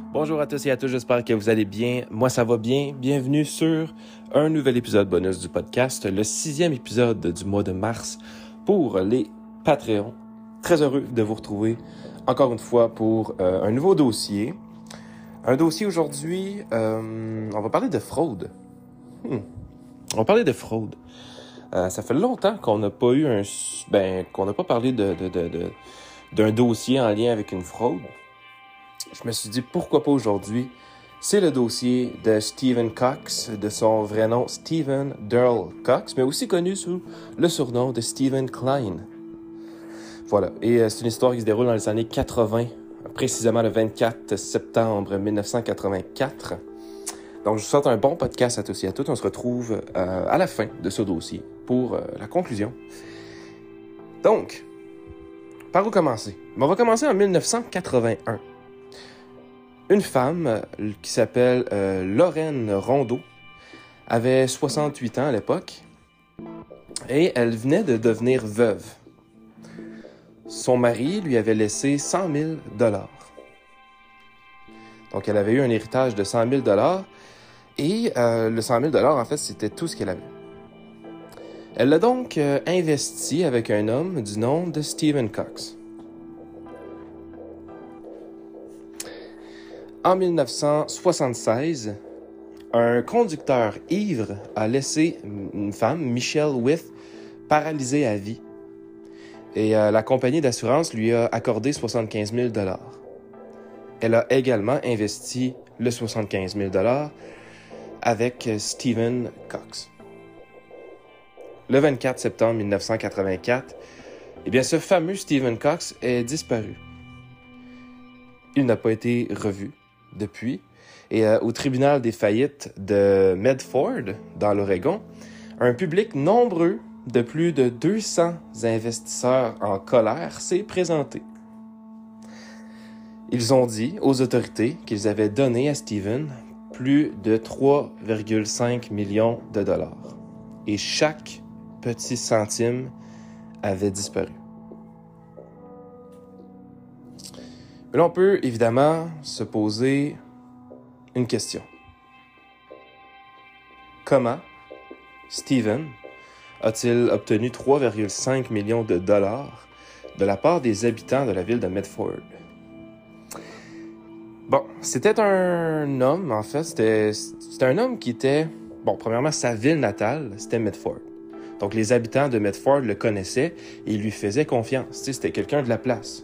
Bonjour à tous et à tous, j'espère que vous allez bien. Moi, ça va bien. Bienvenue sur un nouvel épisode bonus du podcast, le 6e épisode du mois de mars pour les Patreons. Très heureux de vous retrouver encore une fois pour un nouveau dossier. Un dossier aujourd'hui, on va parler de fraude. On va parler de fraude. Ça fait longtemps qu'on n'a pas eu qu'on n'a pas parlé d'un dossier en lien avec une fraude. Je me suis dit, pourquoi pas aujourd'hui? C'est le dossier de Stephen Cox, de son vrai nom Stephen Darrell Cox, mais aussi connu sous le surnom de Stephen Klein. Voilà, et c'est une histoire qui se déroule dans les années 80, précisément le 24 septembre 1984. Donc, je vous souhaite un bon podcast à tous et à toutes. On se retrouve à la fin de ce dossier pour la conclusion. Donc, par où commencer? On va commencer en 1981. Une femme qui s'appelle Lorraine Rondeau avait 68 ans à l'époque et elle venait de devenir veuve. Son mari lui avait laissé 100 000 $. Donc, elle avait eu un héritage de 100 000 $ et le 100 000 $, en fait, c'était tout ce qu'elle avait. Elle l'a donc investi avec un homme du nom de Stephen Cox. En 1976, un conducteur ivre a laissé une femme, Michelle Wythe, paralysée à vie. Et la compagnie d'assurance lui a accordé 75 000 $. Elle a également investi le 75 000 $ avec Stephen Cox. Le 24 septembre 1984, eh bien, ce fameux Stephen Cox est disparu. Il n'a pas été revu depuis. Et au tribunal des faillites de Medford, dans l'Oregon, un public nombreux de plus de 200 investisseurs en colère s'est présenté. Ils ont dit aux autorités qu'ils avaient donné à Stephen plus de 3,5 millions de $. Et chaque petit centime avait disparu. Mais là, on peut évidemment se poser une question. Comment Stephen a-t-il obtenu 3,5 millions de $, de la part des habitants de la ville de Medford? Bon, c'était un homme, en fait, c'était un homme qui était... Bon, premièrement, sa ville natale, c'était Medford. Donc, les habitants de Medford le connaissaient et lui faisaient confiance. Tu sais, c'était quelqu'un de la place.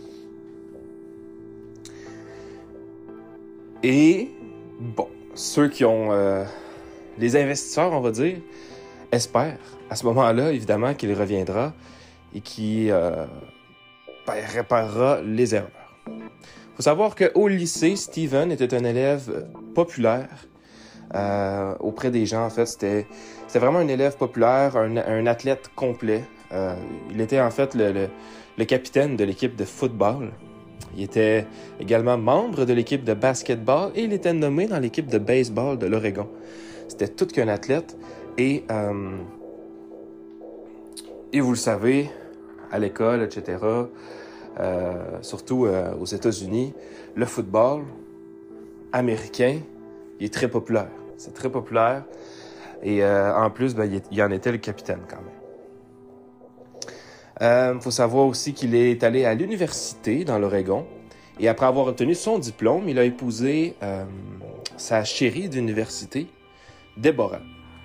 Et, bon, ceux qui ont... les investisseurs, on va dire, espèrent, à ce moment-là, évidemment, qu'il reviendra et qu'il réparera les erreurs. Il faut savoir qu'au lycée, Stephen était un élève populaire auprès des gens. En fait, c'était vraiment un élève populaire, un athlète complet. Il était en fait le capitaine de l'équipe de football. Il était également membre de l'équipe de basketball et il était nommé dans l'équipe de baseball de l'Oregon. C'était tout qu'un athlète. Et vous le savez, à l'école, etc., surtout aux États-Unis, le football américain, il est très populaire. C'est très populaire. Et en plus, il en était le capitaine quand même. Il faut savoir aussi qu'il est allé à l'université dans l'Oregon. Et après avoir obtenu son diplôme, il a épousé sa chérie d'université, Deborah.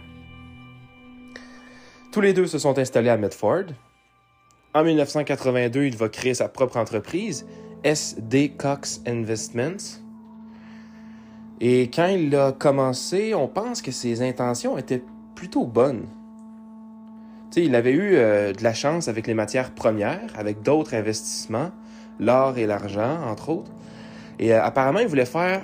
Tous les deux se sont installés à Medford. En 1982, il va créer sa propre entreprise, SD Cox Investments. Et quand il a commencé, on pense que ses intentions étaient plutôt bonnes. Tu sais, il avait eu de la chance avec les matières premières, avec d'autres investissements, l'or et l'argent, entre autres. Et apparemment, il voulait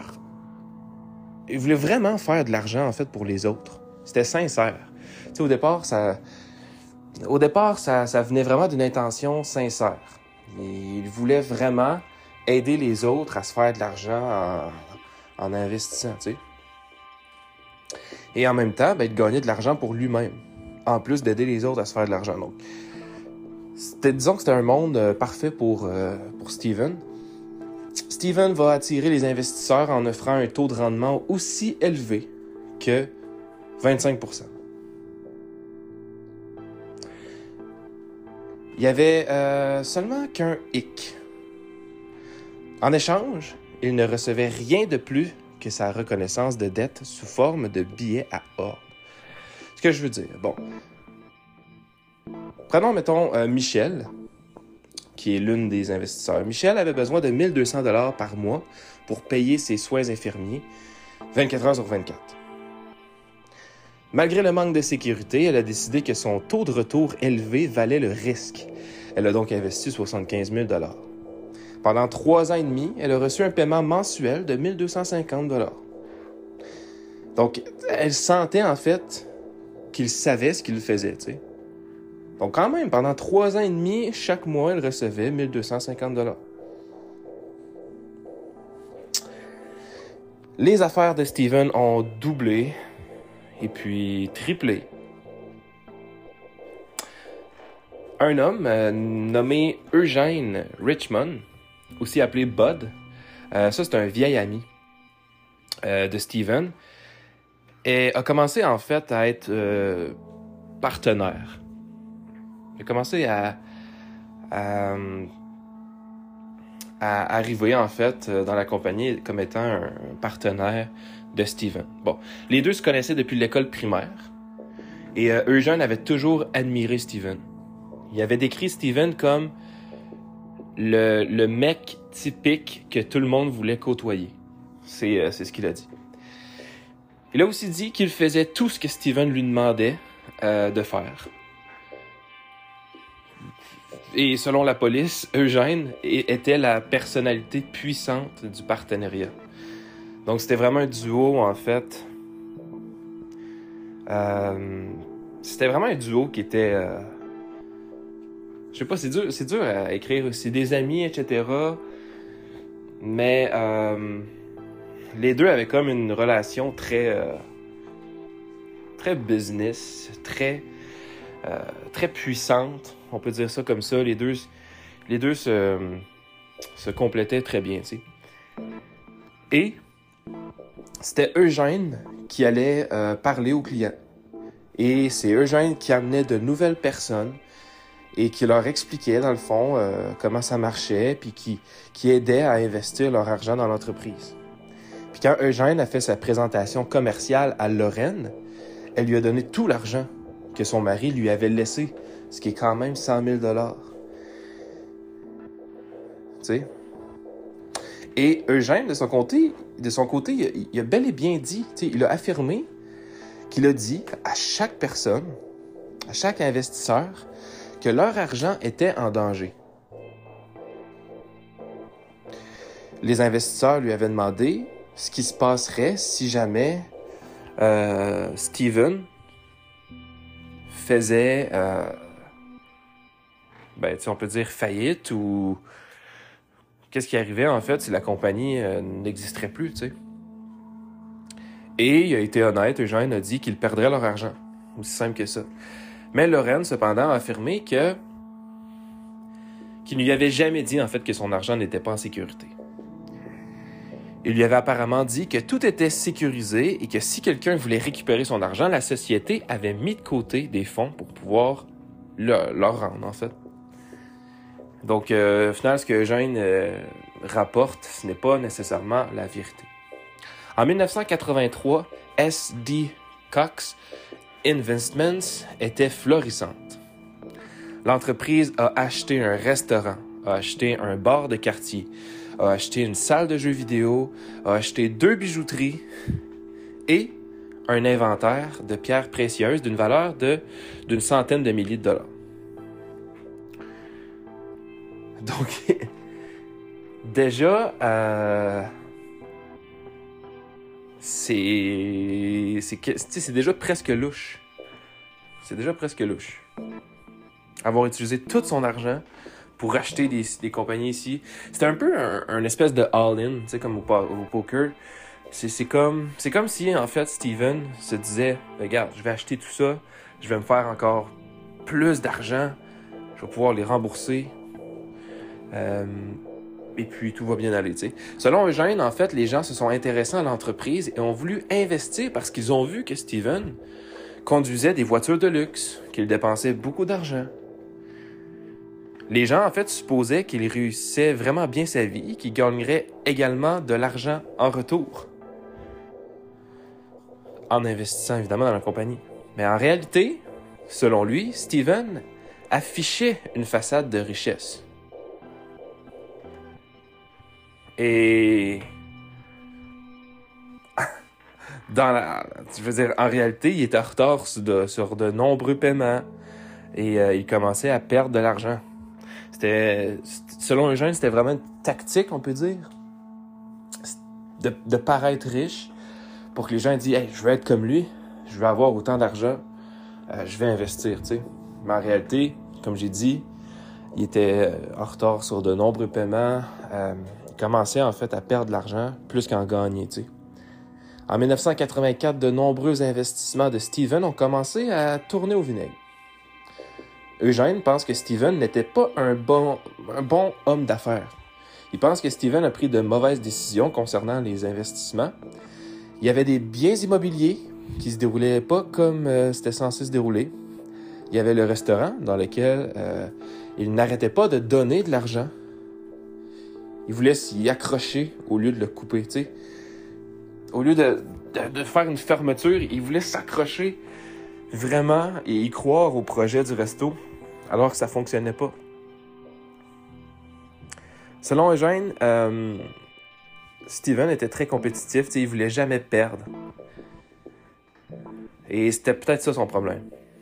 vraiment faire de l'argent, en fait, pour les autres. C'était sincère. Tu sais, au départ, ça venait vraiment d'une intention sincère. Il voulait vraiment aider les autres à se faire de l'argent en investissant, tu sais. Et en même temps, il gagnait de l'argent pour lui-même, en plus d'aider les autres à se faire de l'argent. Donc, disons que c'était un monde parfait pour Stephen. Steven va attirer les investisseurs en offrant un taux de rendement aussi élevé que 25%. Il y avait seulement qu'un hic. En échange, il ne recevait rien de plus que sa reconnaissance de dette sous forme de billets à or. Ce que je veux dire, bon. Prenons, mettons, Michel, qui est l'une des investisseurs. Michel avait besoin de 1 200 $ par mois pour payer ses soins infirmiers 24 heures sur 24. Malgré le manque de sécurité, elle a décidé que son taux de retour élevé valait le risque. Elle a donc investi 75 000 $. Pendant 3 ans et demi, elle a reçu un paiement mensuel de 1 250 $. Donc, elle sentait en fait qu'il savait ce qu'il faisait, tu sais. Donc quand même, pendant 3 ans et demi, chaque mois, elle recevait 1 250 $. Les affaires de Steven ont doublé et puis triplé. Un homme nommé Eugene Richmond, aussi appelé Bud, ça c'est un vieil ami de Steven, et a commencé en fait à être partenaire. Il a commencé à arriver, en fait, dans la compagnie comme étant un partenaire de Steven. Bon, les deux se connaissaient depuis l'école primaire et Eugene avait toujours admiré Steven. Il avait décrit Steven comme le mec typique que tout le monde voulait côtoyer. C'est ce qu'il a dit. Il a aussi dit qu'il faisait tout ce que Steven lui demandait de faire. Et selon la police, Eugene était la personnalité puissante du partenariat. Donc c'était vraiment un duo, en fait. C'était vraiment un duo qui était... je sais pas, c'est dur à écrire. C'est des amis, etc. Mais les deux avaient comme une relation très business, très puissante. On peut dire ça comme ça. Les deux se complétaient très bien, tu sais. Et c'était Eugene qui allait parler aux clients. Et c'est Eugene qui amenait de nouvelles personnes et qui leur expliquait, dans le fond, comment ça marchait, puis qui aidait à investir leur argent dans l'entreprise. Puis quand Eugene a fait sa présentation commerciale à Lorraine, elle lui a donné tout l'argent que son mari lui avait laissé, ce qui est quand même 100 000 $. Tu sais? Et Eugene, de son côté, il a bel et bien dit, tu sais, il a affirmé qu'il a dit à chaque personne, à chaque investisseur, que leur argent était en danger. Les investisseurs lui avaient demandé ce qui se passerait si jamais Steven faisait, on peut dire faillite, ou qu'est-ce qui arrivait en fait si la compagnie n'existerait plus, tu sais. Et il a été honnête, Eugene a dit qu'ils perdraient leur argent. Aussi simple que ça. Mais Lorraine, cependant, a affirmé qu'il ne lui avait jamais dit en fait que son argent n'était pas en sécurité. Il lui avait apparemment dit que tout était sécurisé et que si quelqu'un voulait récupérer son argent, la société avait mis de côté des fonds pour pouvoir leur rendre, en fait. Donc, au final, ce que Eugene rapporte, ce n'est pas nécessairement la vérité. En 1983, S.D. Cox Investments était florissante. L'entreprise a acheté un restaurant, a acheté un bar de quartier, a acheté une salle de jeux vidéo, a acheté 2 bijouteries et un inventaire de pierres précieuses d'une valeur d'une centaine de milliers de dollars. Donc, déjà, c'est déjà presque louche. C'est déjà presque louche. Avoir utilisé tout son argent pour acheter des compagnies ici. C'était un peu un espèce de all-in, tu sais, comme au poker. C'est comme si, en fait, Steven se disait, regarde, je vais acheter tout ça, je vais me faire encore plus d'argent, je vais pouvoir les rembourser. et puis tout va bien aller, tu sais. Selon Eugène, en fait, les gens se sont intéressés à l'entreprise et ont voulu investir parce qu'ils ont vu que Steven conduisait des voitures de luxe, qu'il dépensait beaucoup d'argent. Les gens, en fait, supposaient qu'il réussissait vraiment bien sa vie et qu'il gagnerait également de l'argent en retour. En investissant, évidemment, dans la compagnie. Mais en réalité, selon lui, Steven affichait une façade de richesse. Et je veux dire, en réalité, il était en retard sur de nombreux paiements et il commençait à perdre de l'argent. Selon Eugène, c'était vraiment une tactique, on peut dire, de paraître riche pour que les gens disent « Hey, je veux être comme lui, je veux avoir autant d'argent, je vais investir, tu sais. » Mais en réalité, comme j'ai dit, il était en retard sur de nombreux paiements. Il commençait en fait à perdre de l'argent plus qu'en gagner, tu sais. En 1984, de nombreux investissements de Steven ont commencé à tourner au vinaigre. Eugène pense que Steven n'était pas un bon homme d'affaires. Il pense que Steven a pris de mauvaises décisions concernant les investissements. Il y avait des biens immobiliers qui se déroulaient pas comme c'était censé se dérouler. Il y avait le restaurant dans lequel il n'arrêtait pas de donner de l'argent. Il voulait s'y accrocher au lieu de le couper, tu sais. Au lieu de faire une fermeture, il voulait s'accrocher vraiment et y croire au projet du resto, alors que ça fonctionnait pas. Selon Eugène, Steven était très compétitif, tu sais, il voulait jamais perdre. Et c'était peut-être ça son problème.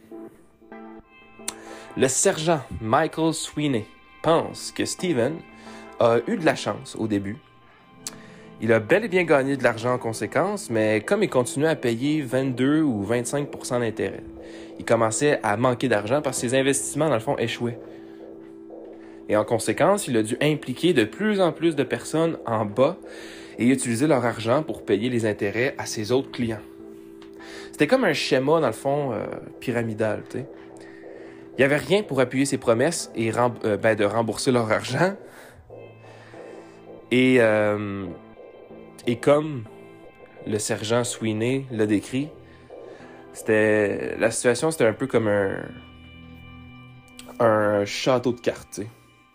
Le sergent Michael Sweeney pense que Steven a eu de la chance au début. Il a bel et bien gagné de l'argent en conséquence, mais comme il continuait à payer 22 ou 25% d'intérêt, il commençait à manquer d'argent parce que ses investissements, dans le fond, échouaient. Et en conséquence, il a dû impliquer de plus en plus de personnes en bas et utiliser leur argent pour payer les intérêts à ses autres clients. C'était comme un schéma, dans le fond, pyramidal, tu sais. Il n'y avait rien pour appuyer ses promesses et de rembourser leur argent. Et comme le sergent Sweeney l'a décrit, la situation c'était un peu comme un château de cartes, tu sais.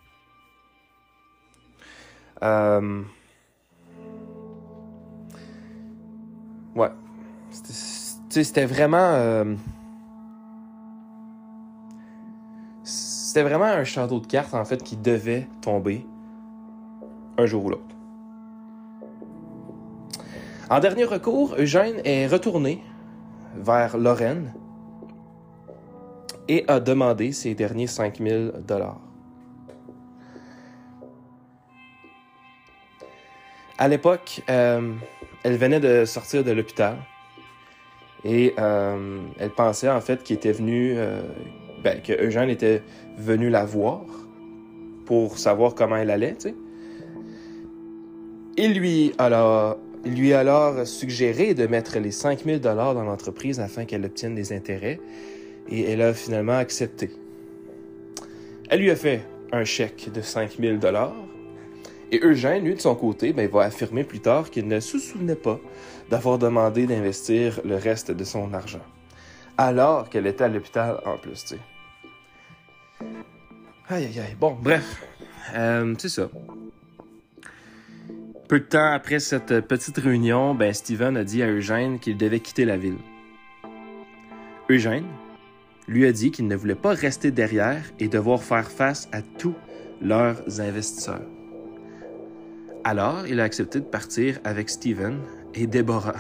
Ouais. C'était vraiment... C'était vraiment un château de cartes, en fait, qui devait tomber un jour ou l'autre. En dernier recours, Eugène est retourné vers Lorraine et a demandé ses derniers 5 000 $. À l'époque, elle venait de sortir de l'hôpital et elle pensait en fait qu'il était venu, que Eugène était venu la voir pour savoir comment elle allait, tu sais. Il lui a alors suggéré de mettre les 5 000 $ dans l'entreprise afin qu'elle obtienne des intérêts et elle a finalement accepté. Elle lui a fait un chèque de 5 000 $ et Eugène, lui, de son côté, va affirmer plus tard qu'il ne se souvenait pas d'avoir demandé d'investir le reste de son argent, alors qu'elle était à l'hôpital en plus, tu sais. Aïe, aïe, aïe. Bon, bref, c'est ça. Peu de temps après cette petite réunion, Steven a dit à Eugène qu'il devait quitter la ville. Eugène lui a dit qu'il ne voulait pas rester derrière et devoir faire face à tous leurs investisseurs. Alors, il a accepté de partir avec Steven et Deborah.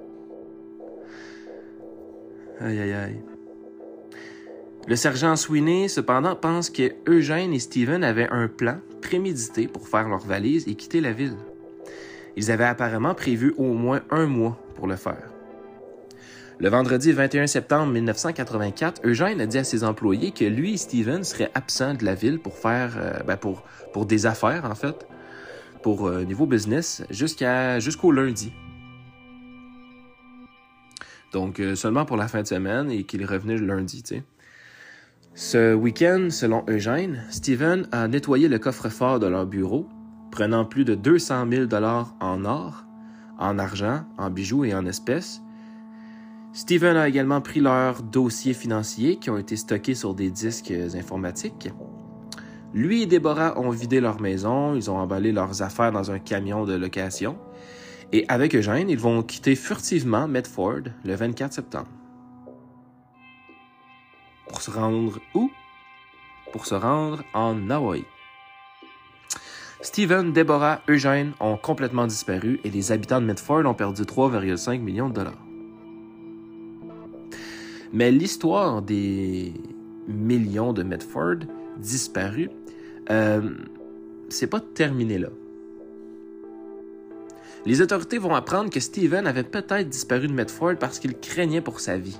Aïe, aïe, aïe. Le sergent Sweeney, cependant, pense que Eugène et Steven avaient un plan prémédité pour faire leurs valises et quitter la ville. Ils avaient apparemment prévu au moins 1 mois pour le faire. Le vendredi 21 septembre 1984, Eugène a dit à ses employés que lui et Steven seraient absents de la ville pour faire, pour des affaires, en fait, pour niveau business, jusqu'au lundi. Donc, seulement pour la fin de semaine et qu'il revenait le lundi, tu sais. Ce week-end, selon Eugène, Steven a nettoyé le coffre-fort de leur bureau prenant plus de 200 000 $ en or, en argent, en bijoux et en espèces. Steven a également pris leurs dossiers financiers qui ont été stockés sur des disques informatiques. Lui et Deborah ont vidé leur maison, ils ont emballé leurs affaires dans un camion de location. Et avec Eugène, ils vont quitter furtivement Medford le 24 septembre. Pour se rendre où? Pour se rendre en Hawaï. Steven, Deborah, Eugène ont complètement disparu et les habitants de Medford ont perdu 3,5 millions de $. Mais l'histoire des millions de Medford disparus, c'est pas terminé là. Les autorités vont apprendre que Steven avait peut-être disparu de Medford parce qu'il craignait pour sa vie.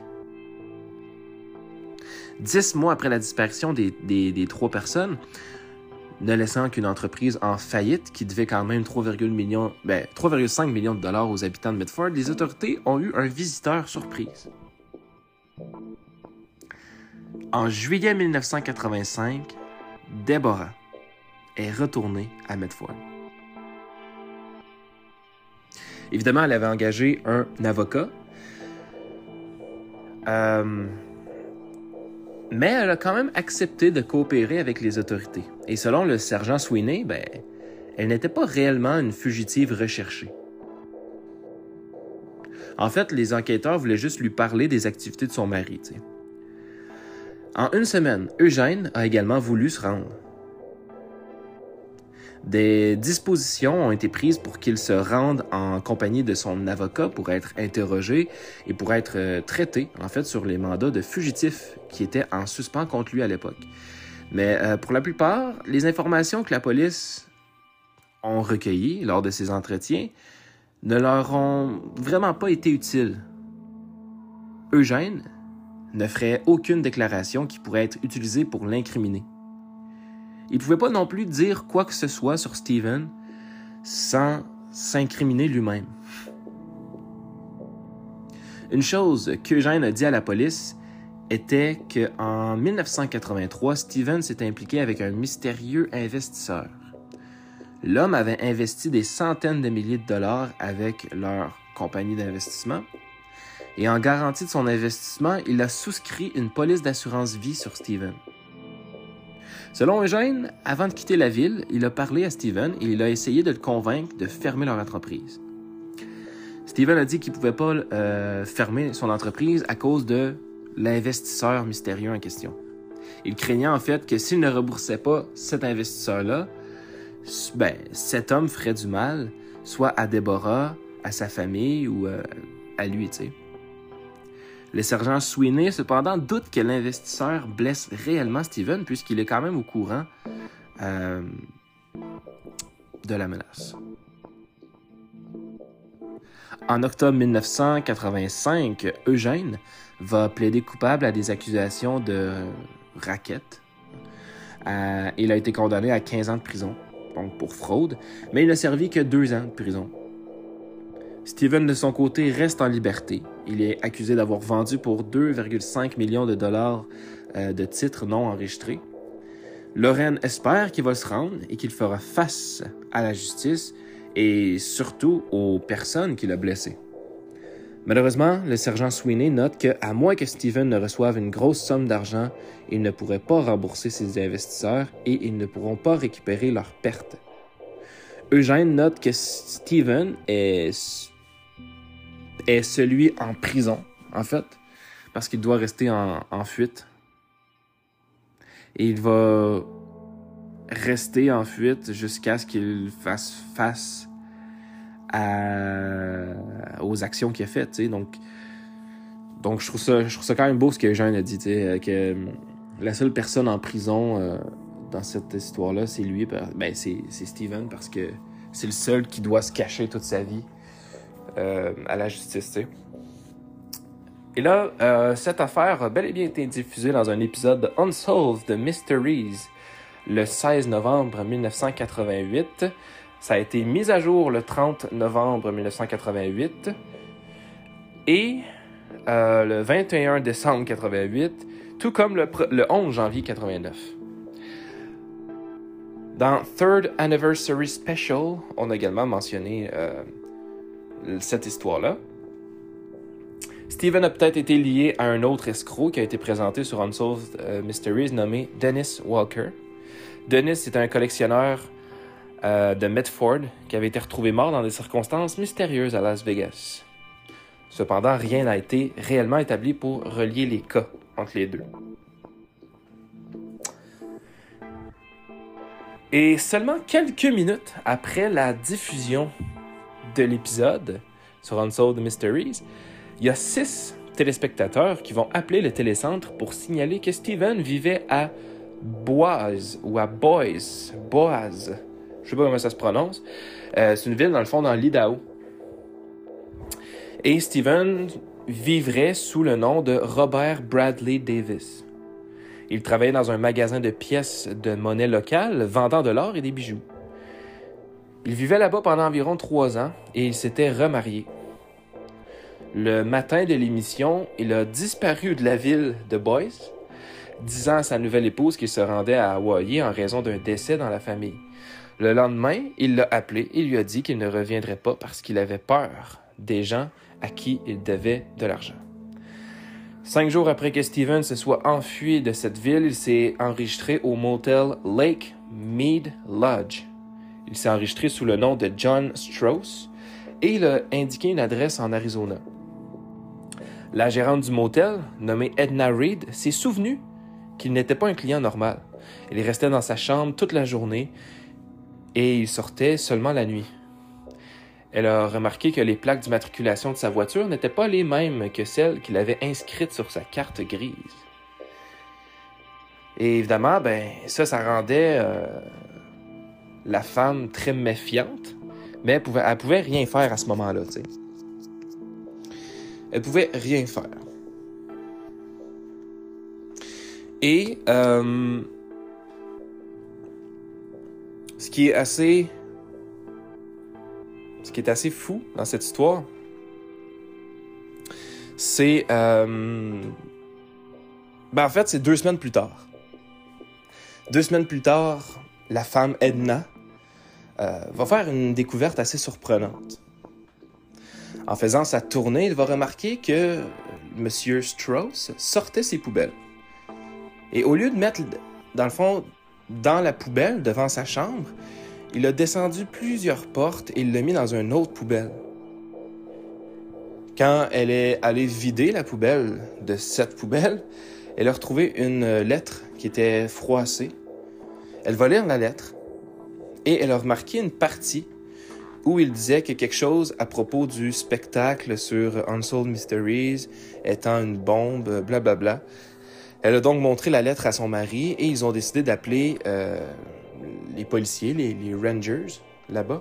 10 mois après la disparition des 3 personnes, ne laissant qu'une entreprise en faillite qui devait quand même 3,5 millions de $ aux habitants de Medford, les autorités ont eu un visiteur surprise. En juillet 1985, Deborah est retournée à Medford. Évidemment, elle avait engagé un avocat, mais elle a quand même accepté de coopérer avec les autorités. Et selon le sergent Sweeney, elle n'était pas réellement une fugitive recherchée. En fait, les enquêteurs voulaient juste lui parler des activités de son mari. T'sais. En une semaine, Eugène a également voulu se rendre. Des dispositions ont été prises pour qu'il se rende en compagnie de son avocat pour être interrogé et pour être traité, en fait, sur les mandats de fugitifs qui étaient en suspens contre lui à l'époque. Mais pour la plupart, les informations que la police ont recueillies lors de ces entretiens ne leur ont vraiment pas été utiles. Eugène ne ferait aucune déclaration qui pourrait être utilisée pour l'incriminer. Il ne pouvait pas non plus dire quoi que ce soit sur Steven sans s'incriminer lui-même. Une chose qu'Eugène a dit à la police était qu'en 1983, Steven s'était impliqué avec un mystérieux investisseur. L'homme avait investi des centaines de milliers de dollars avec leur compagnie d'investissement. Et en garantie de son investissement, il a souscrit une police d'assurance vie sur Steven. Selon Eugène, avant de quitter la ville, il a parlé à Steven et il a essayé de le convaincre de fermer leur entreprise. Steven a dit qu'il ne pouvait pas fermer son entreprise à cause de l'investisseur mystérieux en question. Il craignait en fait que s'il ne remboursait pas cet investisseur-là, cet homme ferait du mal, soit à Deborah, à sa famille ou à lui, tu sais. Le sergent Sweeney, cependant, doute que l'investisseur blesse réellement Steven puisqu'il est quand même au courant de la menace. En octobre 1985, Eugène va plaider coupable à des accusations de racket. Il a été condamné à 15 ans de prison, donc pour fraude, mais il n'a servi que 2 ans de prison. Steven, de son côté, reste en liberté. Il est accusé d'avoir vendu pour 2,5 millions de dollars de titres non enregistrés. Lorraine espère qu'il va se rendre et qu'il fera face à la justice et surtout aux personnes qu'il a blessées. Malheureusement, le sergent Sweeney note qu'à moins que Steven ne reçoive une grosse somme d'argent, il ne pourrait pas rembourser ses investisseurs et ils ne pourront pas récupérer leurs pertes. Eugène note que Steven est celui en prison, en fait, parce qu'il doit rester en fuite. Et il va rester en fuite jusqu'à ce qu'il fasse face aux actions qu'il a faites, tu sais. Donc je trouve ça quand même beau ce que Eugène a dit, tu sais, que la seule personne en prison dans cette histoire-là, c'est lui, c'est Steven, parce que c'est le seul qui doit se cacher toute sa vie à la justice, tu sais. Et là, cette affaire a bel et bien été diffusée dans un épisode de Unsolved Mysteries le 16 novembre 1988. Ça a été mis à jour le 30 novembre 1988 et le 21 décembre 1988, tout comme le 11 janvier 1989. Dans Third Anniversary Special, on a également mentionné cette histoire-là. Steven a peut-être été lié à un autre escroc qui a été présenté sur Unsolved Mysteries nommé Dennis Walker. Dennis est un collectionneur de Medford qui avait été retrouvé mort dans des circonstances mystérieuses à Las Vegas. Cependant, rien n'a été réellement établi pour relier les cas entre les deux. Et seulement quelques minutes après la diffusion de l'épisode sur Unsolved Mysteries, il y a 6 téléspectateurs qui vont appeler le télécentre pour signaler que Steven vivait à Boaz, ou à Boise. Boaz. Je sais pas comment ça se prononce. C'est une ville, dans le fond, dans l'Idaho. Et Steven vivrait sous le nom de Robert Bradley Davis. Il travaillait dans un magasin de pièces de monnaie locale, vendant de l'or et des bijoux. Il vivait là-bas pendant environ 3 ans et il s'était remarié. Le matin de l'émission, il a disparu de la ville de Boise, disant à sa nouvelle épouse qu'il se rendait à Hawaii en raison d'un décès dans la famille. Le lendemain, il l'a appelé et lui a dit qu'il ne reviendrait pas parce qu'il avait peur des gens à qui il devait de l'argent. 5 jours après que Steven se soit enfui de cette ville, il s'est enregistré au motel Lake Mead Lodge. Il s'est enregistré sous le nom de John Strauss et il a indiqué une adresse en Arizona. La gérante du motel, nommée Edna Reed, s'est souvenue qu'il n'était pas un client normal. Il restait dans sa chambre toute la journée et il sortait seulement la nuit. Elle a remarqué que les plaques d'immatriculation de sa voiture n'étaient pas les mêmes que celles qu'il avait inscrites sur sa carte grise. Et évidemment, ça rendait la femme très méfiante, mais elle pouvait rien faire à ce moment-là, tu sais. Elle pouvait rien faire. Et ce qui est assez fou dans cette histoire, c'est en fait, c'est 2 semaines plus tard. 2 semaines plus tard, la femme Edna va faire une découverte assez surprenante. En faisant sa tournée, il va remarquer que M. Strauss sortait ses poubelles. Et au lieu de mettre, dans le fond, dans la poubelle devant sa chambre, il a descendu plusieurs portes et il l'a mis dans une autre poubelle. Quand elle est allée vider la poubelle de cette poubelle, elle a retrouvé une lettre qui était froissée. Elle va lire la lettre et elle a remarqué une partie où il disait que quelque chose à propos du spectacle sur Unsolved Mysteries étant une bombe, blablabla. Elle a donc montré la lettre à son mari et ils ont décidé d'appeler les policiers, les rangers, là-bas.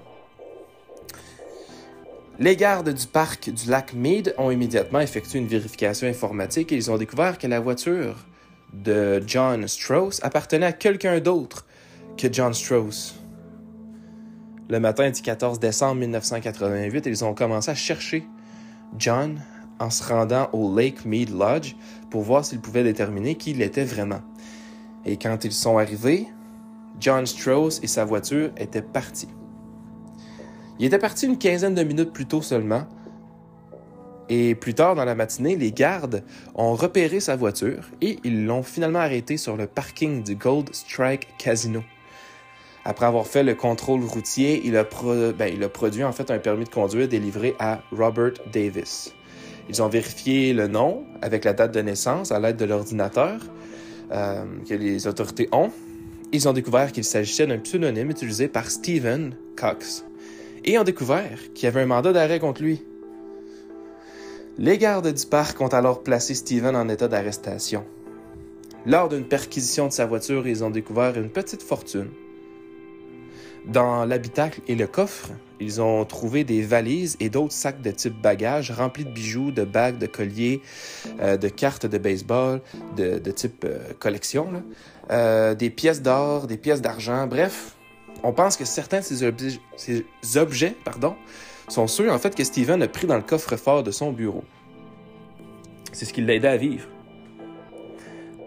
Les gardes du parc du lac Mead ont immédiatement effectué une vérification informatique et ils ont découvert que la voiture de John Strauss appartenait à quelqu'un d'autre que John Strauss. Le matin du 14 décembre 1988, ils ont commencé à chercher John en se rendant au Lake Mead Lodge pour voir s'ils pouvaient déterminer qui il était vraiment. Et quand ils sont arrivés, John Strauss et sa voiture étaient partis. Il était parti une quinzaine de minutes plus tôt seulement. Et plus tard dans la matinée, les gardes ont repéré sa voiture et ils l'ont finalement arrêté sur le parking du Gold Strike Casino. Après avoir fait le contrôle routier, il a produit en fait un permis de conduire délivré à Robert Davis. Ils ont vérifié le nom avec la date de naissance à l'aide de l'ordinateur que les autorités ont. Ils ont découvert qu'il s'agissait d'un pseudonyme utilisé par Steven Cox. Et ont découvert qu'il y avait un mandat d'arrêt contre lui. Les gardes du parc ont alors placé Steven en état d'arrestation. Lors d'une perquisition de sa voiture, ils ont découvert une petite fortune. Dans l'habitacle et le coffre, ils ont trouvé des valises et d'autres sacs de type bagages remplis de bijoux, de bagues, de colliers, de cartes de baseball, de type collection, là. Des pièces d'or, des pièces d'argent, bref. On pense que certains de ces objets sont ceux en fait que Steven a pris dans le coffre-fort de son bureau. C'est ce qui l'a aidé à vivre.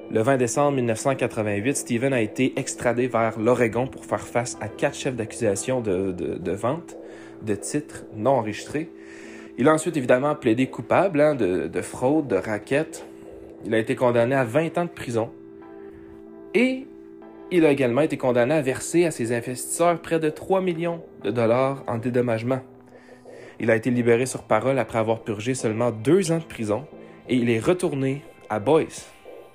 Le 20 décembre 1988, Steven a été extradé vers l'Oregon pour faire face à 4 chefs d'accusation de vente de titres non enregistrés. Il a ensuite évidemment plaidé coupable de fraude, de racket. Il a été condamné à 20 ans de prison. Et il a également été condamné à verser à ses investisseurs près de 3 millions de dollars en dédommagement. Il a été libéré sur parole après avoir purgé seulement 2 ans de prison et il est retourné à Boise.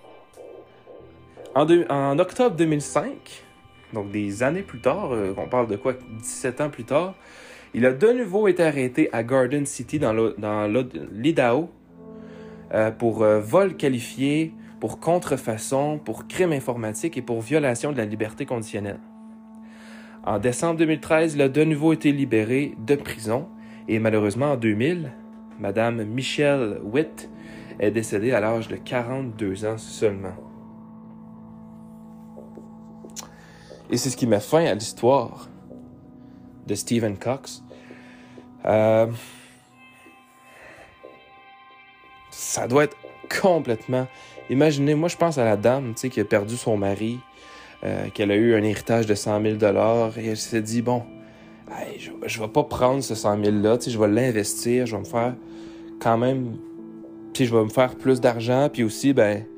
En octobre 2005, donc des années plus tard, on parle de quoi, 17 ans plus tard, il a de nouveau été arrêté à Garden City dans l'Idaho pour vol qualifié, pour contrefaçon, pour crime informatique et pour violation de la liberté conditionnelle. En décembre 2013, il a de nouveau été libéré de prison et malheureusement en 2000, Madame Michelle Witt est décédée à l'âge de 42 ans seulement. Et c'est ce qui met fin à l'histoire de Stephen Cox. Ça doit être complètement... Imaginez, moi je pense à la dame qui a perdu son mari, qu'elle a eu un héritage de 100 000 $ et elle s'est dit, bon, hey, je vais pas prendre ce 100 000 $, je vais l'investir, je vais me faire quand même... Puis je vais me faire plus d'argent, puis aussi,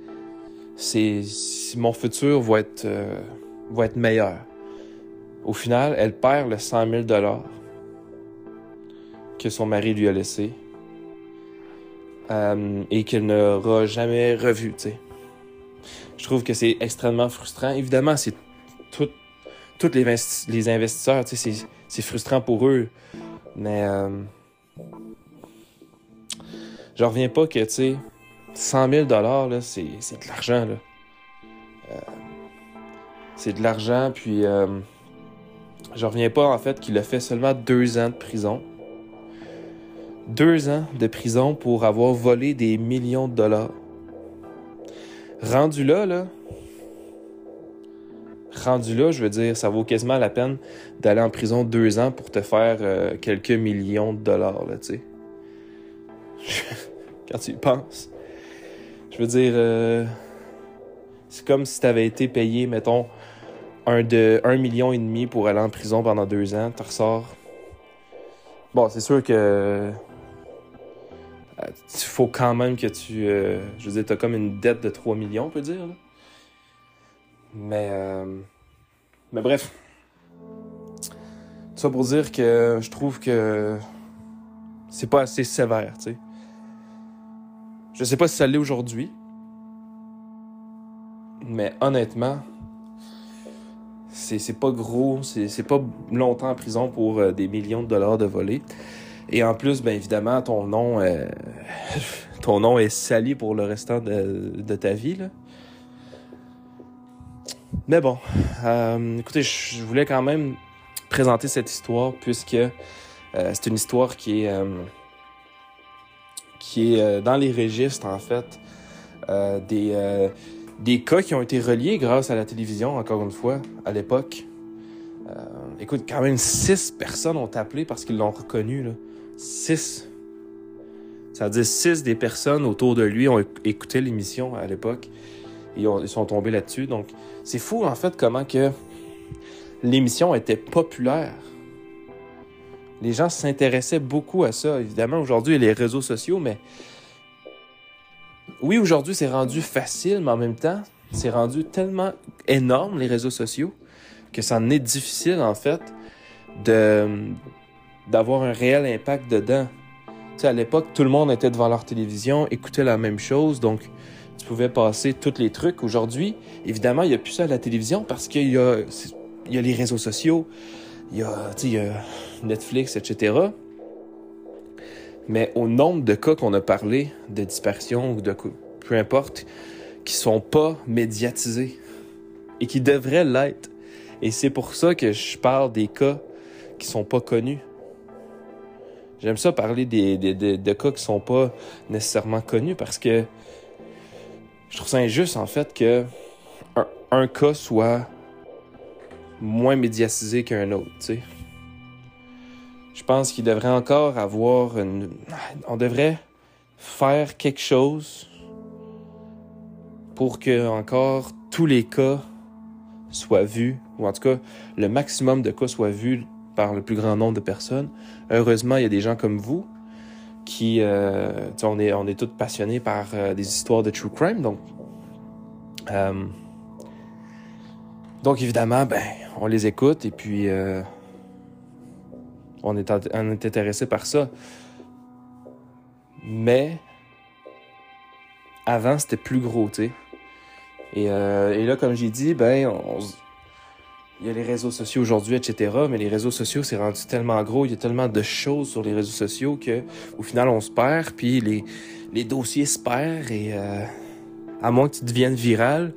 mon futur va être meilleur. Au final, elle perd le 100 000 $ que son mari lui a laissé et qu'elle n'aura jamais revu, tu sais. Je trouve que c'est extrêmement frustrant. Évidemment, c'est tous les investisseurs, tu sais, c'est frustrant pour eux, mais je reviens pas que, tu sais, 100 000 $, là, c'est de l'argent, là. C'est de l'argent, puis je reviens pas, en fait, qu'il a fait seulement 2 ans de prison. 2 ans de prison pour avoir volé des millions de dollars. Rendu là, je veux dire, ça vaut quasiment la peine d'aller en prison 2 ans pour te faire quelques millions de dollars, là, tu sais. Quand tu y penses. Je veux dire, c'est comme si tu avais été payé, mettons, 1,5 million pour aller en prison pendant 2 ans, tu ressors. Bon, c'est sûr que il faut quand même que tu... je veux dire, t'as comme une dette de 3 millions, on peut dire. Là. Mais bref. Ça pour dire que je trouve que c'est pas assez sévère, tu sais. Je sais pas si ça l'est aujourd'hui, mais honnêtement, c'est pas gros, c'est pas longtemps en prison pour des millions de dollars de volés. Et en plus, bien évidemment, ton nom est sali pour le restant de ta vie, là. Mais bon, écoutez, je voulais quand même présenter cette histoire puisque c'est une histoire qui est dans les registres, en fait, des cas qui ont été reliés grâce à la télévision, encore une fois, à l'époque. Écoute, quand même 6 personnes ont appelé parce qu'ils l'ont reconnu, là. 6. Ça veut dire 6 des personnes autour de lui ont écouté l'émission à l'époque. Ils sont tombés là-dessus. Donc, c'est fou, en fait, comment que l'émission était populaire. Les gens s'intéressaient beaucoup à ça. Évidemment, aujourd'hui, il y a les réseaux sociaux, mais... Oui, aujourd'hui, c'est rendu facile, mais en même temps, c'est rendu tellement énorme, les réseaux sociaux, que ça en est difficile, en fait, d'avoir un réel impact dedans. Tu sais, à l'époque, tout le monde était devant leur télévision, écoutait la même chose, donc tu pouvais passer tous les trucs. Aujourd'hui, évidemment, il n'y a plus ça à la télévision parce qu'il y a les réseaux sociaux, il y a Netflix, etc. Mais au nombre de cas qu'on a parlé de disparition ou de peu importe, qui sont pas médiatisés et qui devraient l'être. Et c'est pour ça que je parle des cas qui sont pas connus. J'aime ça parler de cas qui sont pas nécessairement connus parce que je trouve ça injuste, en fait, que un cas soit moins médiatisé qu'un autre, tu sais. Je pense qu'il devrait encore avoir on devrait faire quelque chose pour que encore tous les cas soient vus, ou en tout cas, le maximum de cas soient vus par le plus grand nombre de personnes. Heureusement, il y a des gens comme vous qui... on est tous passionnés par des histoires de true crime, donc évidemment, on les écoute et puis on est intéressé par ça. Mais avant, c'était plus gros, tu sais. Et là, comme j'ai dit, il y a les réseaux sociaux aujourd'hui, etc. Mais les réseaux sociaux, c'est rendu tellement gros, il y a tellement de choses sur les réseaux sociaux qu'au final, on se perd, puis les dossiers se perdent, et à moins que tu deviennes viral,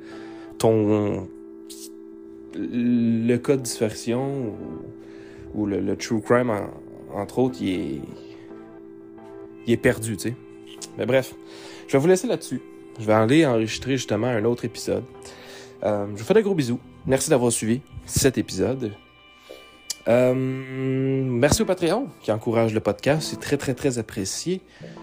le cas de dispersion ou le true crime, entre autres, il est perdu, tu sais. Mais bref, je vais vous laisser là-dessus. Je vais aller enregistrer justement un autre épisode. Je vous fais de gros bisous. Merci d'avoir suivi cet épisode. Merci au Patreon qui encourage le podcast. C'est très, très, très apprécié.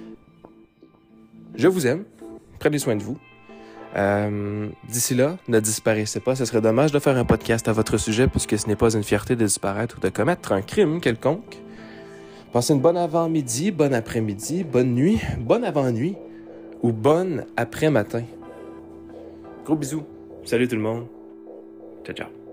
Je vous aime. Prenez soin de vous. D'ici là, ne disparaissez pas. Ce serait dommage de faire un podcast à votre sujet puisque ce n'est pas une fierté de disparaître ou de commettre un crime quelconque. Passez une bonne avant-midi, bonne après-midi, bonne nuit, bonne avant-nuit ou bonne après-matin. Gros bisous. Salut tout le monde. Ciao, ciao.